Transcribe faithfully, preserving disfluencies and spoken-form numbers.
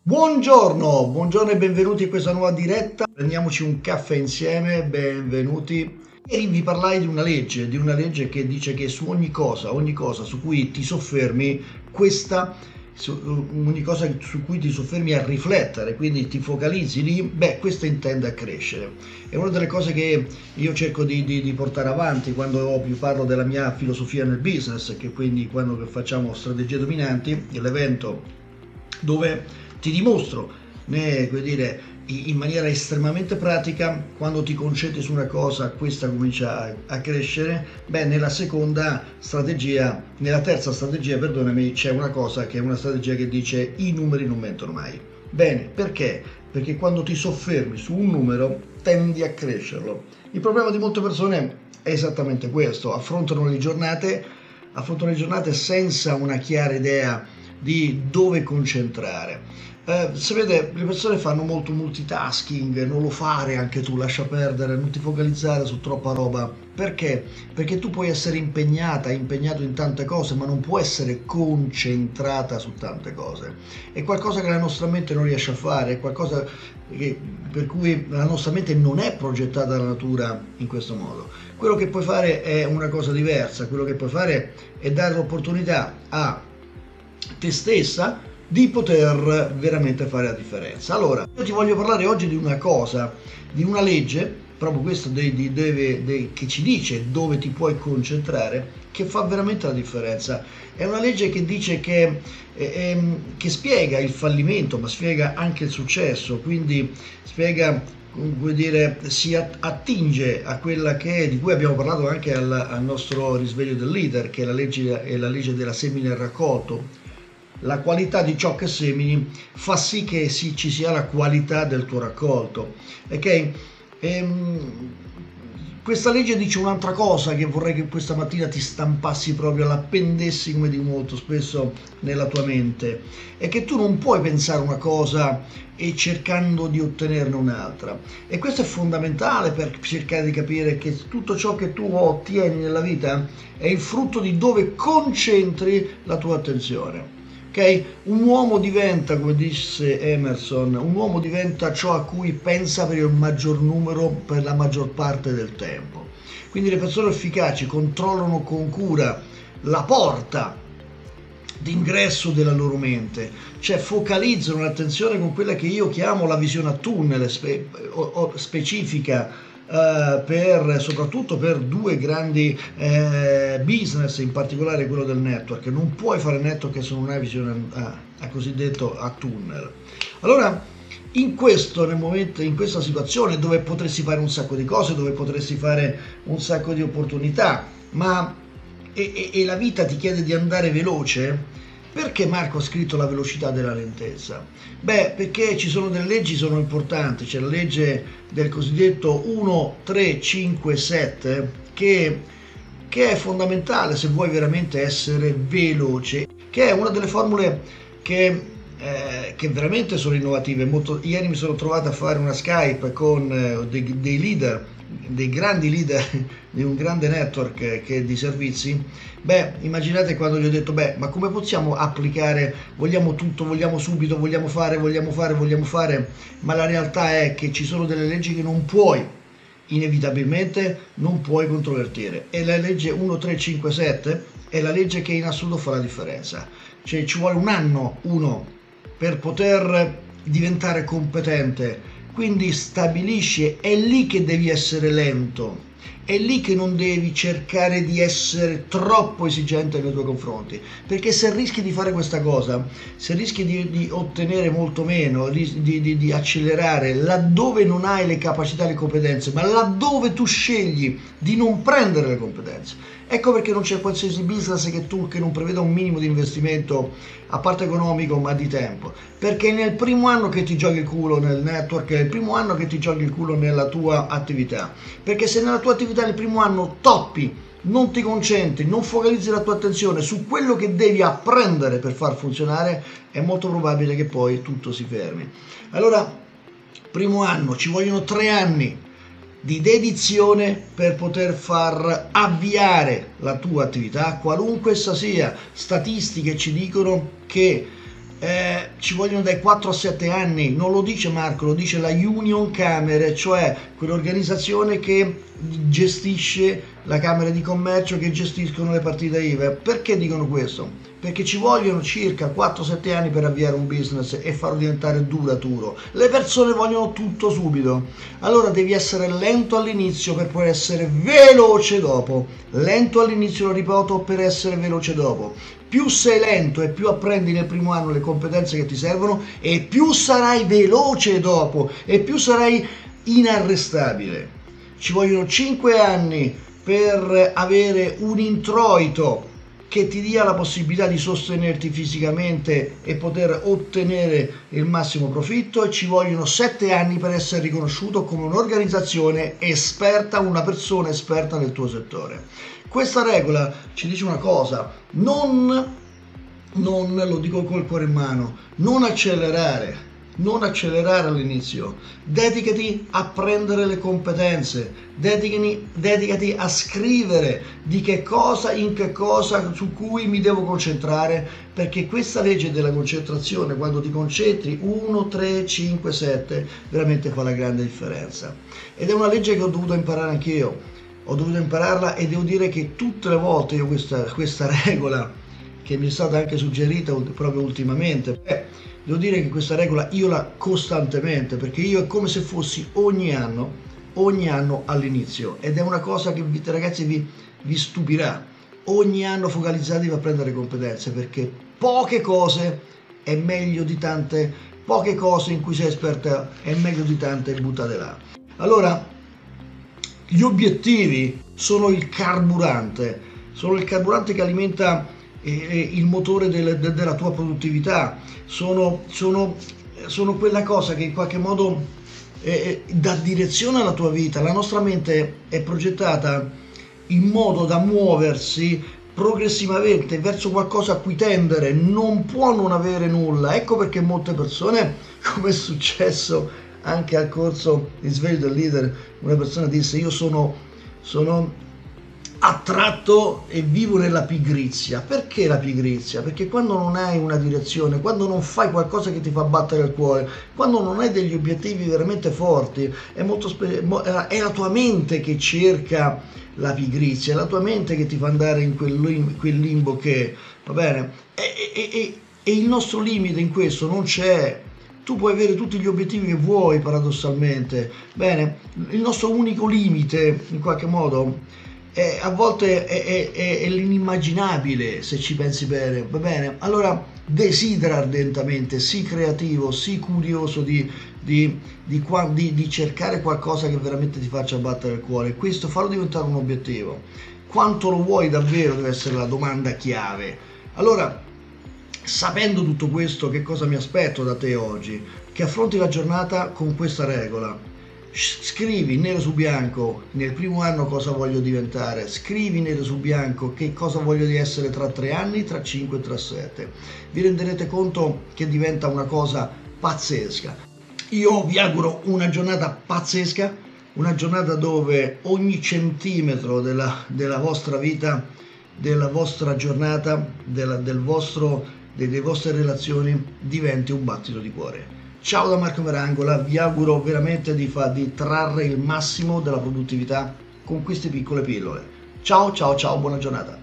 Buongiorno, buongiorno e benvenuti in questa nuova diretta. Prendiamoci un caffè insieme, benvenuti. Ieri vi parlai di una legge, di una legge che dice che su ogni cosa, ogni cosa su cui ti soffermi, questa, su, ogni cosa su cui ti soffermi a riflettere, quindi ti focalizzi lì, beh, questa intende a crescere. È una delle cose che io cerco di, di, di portare avanti quando vi parlo della mia filosofia nel business, che quindi quando facciamo strategie dominanti, l'evento dove ti dimostro, né, come dire, in maniera estremamente pratica, quando ti concentri su una cosa, questa comincia a, a crescere. Beh, nella seconda strategia, nella terza strategia, perdonami, c'è una cosa che è una strategia che dice: i numeri non mentono mai. Bene, perché? Perché quando ti soffermi su un numero tendi a crescerlo. Il problema di molte persone è esattamente questo: affrontano le giornate, affrontano le giornate senza una chiara idea di dove concentrare. Eh, sapete, le persone fanno molto multitasking, non lo fare anche tu, lascia perdere, non ti focalizzare su troppa roba. Perché? Perché tu puoi essere impegnata, impegnato in tante cose, ma non può essere concentrata su tante cose. È qualcosa che la nostra mente non riesce a fare, è qualcosa che, per cui la nostra mente non è progettata dalla natura in questo modo. Quello che puoi fare è una cosa diversa, quello che puoi fare è dare l'opportunità a te stessa di poter veramente fare la differenza. Allora, io ti voglio parlare oggi di una cosa, di una legge, proprio questa de, de, de, de, che ci dice dove ti puoi concentrare, che fa veramente la differenza. È una legge che dice che, eh, che spiega il fallimento, ma spiega anche il successo, quindi spiega, come dire, si attinge a quella che, di cui abbiamo parlato anche al, al nostro risveglio del leader, che è la legge, è la legge della semina e raccolto. La qualità di ciò che semini fa sì che si, ci sia la qualità del tuo raccolto. Ok? Ehm, questa legge dice un'altra cosa che vorrei che questa mattina ti stampassi proprio, l'appendessi, come dico molto spesso, nella tua mente. È che tu non puoi pensare una cosa e cercando di ottenerne un'altra. E questo è fondamentale per cercare di capire che tutto ciò che tu ottieni nella vita è il frutto di dove concentri la tua attenzione. Okay? Un uomo diventa, come disse Emerson, un uomo diventa ciò a cui pensa per il maggior numero, per la maggior parte del tempo. Quindi le persone efficaci controllano con cura la porta d'ingresso della loro mente, cioè focalizzano l'attenzione con quella che io chiamo la visione a tunnel spe- o, o specifica. Uh, per, soprattutto per due grandi eh, business, in particolare quello del network. Non puoi fare network se non hai visione a, a cosiddetto a tunnel. Allora, in questo, nel momento, in questa situazione dove potresti fare un sacco di cose, dove potresti fare un sacco di opportunità, ma e, e, e la vita ti chiede di andare veloce. Perché Marco ha scritto la velocità della lentezza? Beh, perché ci sono delle leggi che sono importanti. C'è la legge del cosiddetto uno, tre, cinque, sette che, che è fondamentale se vuoi veramente essere veloce, che è una delle formule che, eh, che veramente sono innovative. Molto, ieri mi sono trovato a fare una Skype con eh, dei, dei leader, dei grandi leader di un grande network che di servizi. Beh, immaginate quando gli ho detto: beh, ma come possiamo applicare, vogliamo tutto, vogliamo subito, vogliamo fare, vogliamo fare, vogliamo fare, ma la realtà è che ci sono delle leggi che non puoi, inevitabilmente non puoi controvertire, e la legge uno, tre, cinque, sette è la legge che in assoluto fa la differenza. Cioè ci vuole un anno, uno, per poter diventare competente, quindi stabilisci, è lì che devi essere lento. È lì che non devi cercare di essere troppo esigente nei tuoi confronti, perché se rischi di fare questa cosa, se rischi di, di ottenere molto meno, di, di, di accelerare laddove non hai le capacità e le competenze, ma laddove tu scegli di non prendere le competenze. Ecco perché non c'è qualsiasi business che tu che non preveda un minimo di investimento, a parte economico, ma di tempo. Perché nel primo anno che ti giochi il culo nel network, è il primo anno che ti giochi il culo nella tua attività. Perché se nella tua attività nel primo anno toppi, non ti concentri, non focalizzi la tua attenzione su quello che devi apprendere per far funzionare, è molto probabile che poi tutto si fermi. Allora, primo anno, ci vogliono tre anni di dedizione per poter far avviare la tua attività, qualunque essa sia. Statistiche ci dicono che Eh, ci vogliono dai quattro a sette anni, non lo dice Marco, lo dice la Union Camere, cioè quell'organizzazione che gestisce la Camera di Commercio, che gestiscono le partite I V A. Perché dicono questo? Perché ci vogliono circa quattro sette anni per avviare un business e farlo diventare duraturo. Le persone vogliono tutto subito, allora devi essere lento all'inizio per poi essere veloce dopo. Lento all'inizio, lo ripeto, per essere veloce dopo. Più sei lento e più apprendi nel primo anno le competenze che ti servono, e più sarai veloce dopo e più sarai inarrestabile. Ci vogliono cinque anni per avere un introito che ti dia la possibilità di sostenerti fisicamente e poter ottenere il massimo profitto, e ci vogliono sette anni per essere riconosciuto come un'organizzazione esperta, una persona esperta nel tuo settore. Questa regola ci dice una cosa: non, non lo dico col cuore in mano, non accelerare. Non accelerare all'inizio, dedicati a prendere le competenze, dedicati, dedicati a scrivere di che cosa, in che cosa, su cui mi devo concentrare, perché questa legge della concentrazione, quando ti concentri uno, tre, cinque, sette, veramente fa la grande differenza. Ed è una legge che ho dovuto imparare anch'io, ho dovuto impararla, e devo dire che tutte le volte io questa, questa regola, che mi è stata anche suggerita proprio ultimamente, eh, devo dire che questa regola io la costantemente, perché io è come se fossi ogni anno, ogni anno all'inizio, ed è una cosa che ragazzi vi, vi stupirà. Ogni anno focalizzatevi a prendere competenze, perché poche cose è meglio di tante, poche cose in cui sei esperta è meglio di tante buttate là. Allora, gli obiettivi sono il carburante, sono il carburante che alimenta il motore del, de, della tua produttività, sono, sono, sono quella cosa che in qualche modo eh, dà direzione alla tua vita. La nostra mente è progettata in modo da muoversi progressivamente verso qualcosa a cui tendere, non può non avere nulla. Ecco perché molte persone, come è successo anche al corso di Sveglio del Leader, una persona disse: io sono, sono attratto e vivo nella pigrizia. Perché la pigrizia? Perché quando non hai una direzione, quando non fai qualcosa che ti fa battere il cuore, quando non hai degli obiettivi veramente forti, è, molto è la tua mente che cerca la pigrizia, è la tua mente che ti fa andare in quel limbo, quel limbo che, va bene? E, e, e, e il nostro limite in questo non c'è. Tu puoi avere tutti gli obiettivi che vuoi, paradossalmente, bene? Il nostro unico limite, in qualche modo, Eh, a volte è, è, è, è l'inimmaginabile, se ci pensi bene, va bene? Allora desidera ardentemente, sii creativo, sii curioso di, di, di, di, di cercare qualcosa che veramente ti faccia battere il cuore. Questo farlo diventare un obiettivo. Quanto lo vuoi davvero deve essere la domanda chiave. Allora, sapendo tutto questo, che cosa mi aspetto da te oggi? Che affronti la giornata con questa regola. Scrivi nero su bianco nel primo anno cosa voglio diventare, scrivi nero su bianco che cosa voglio di essere tra tre anni, tra cinque, tra sette. Vi renderete conto che diventa una cosa pazzesca. Io vi auguro una giornata pazzesca, una giornata dove ogni centimetro della, della vostra vita, della vostra giornata, della, del vostro, delle vostre relazioni diventi un battito di cuore. Ciao da Marco Merangola, vi auguro veramente di, fa, di trarre il massimo della produttività con queste piccole pillole. Ciao ciao ciao, buona giornata.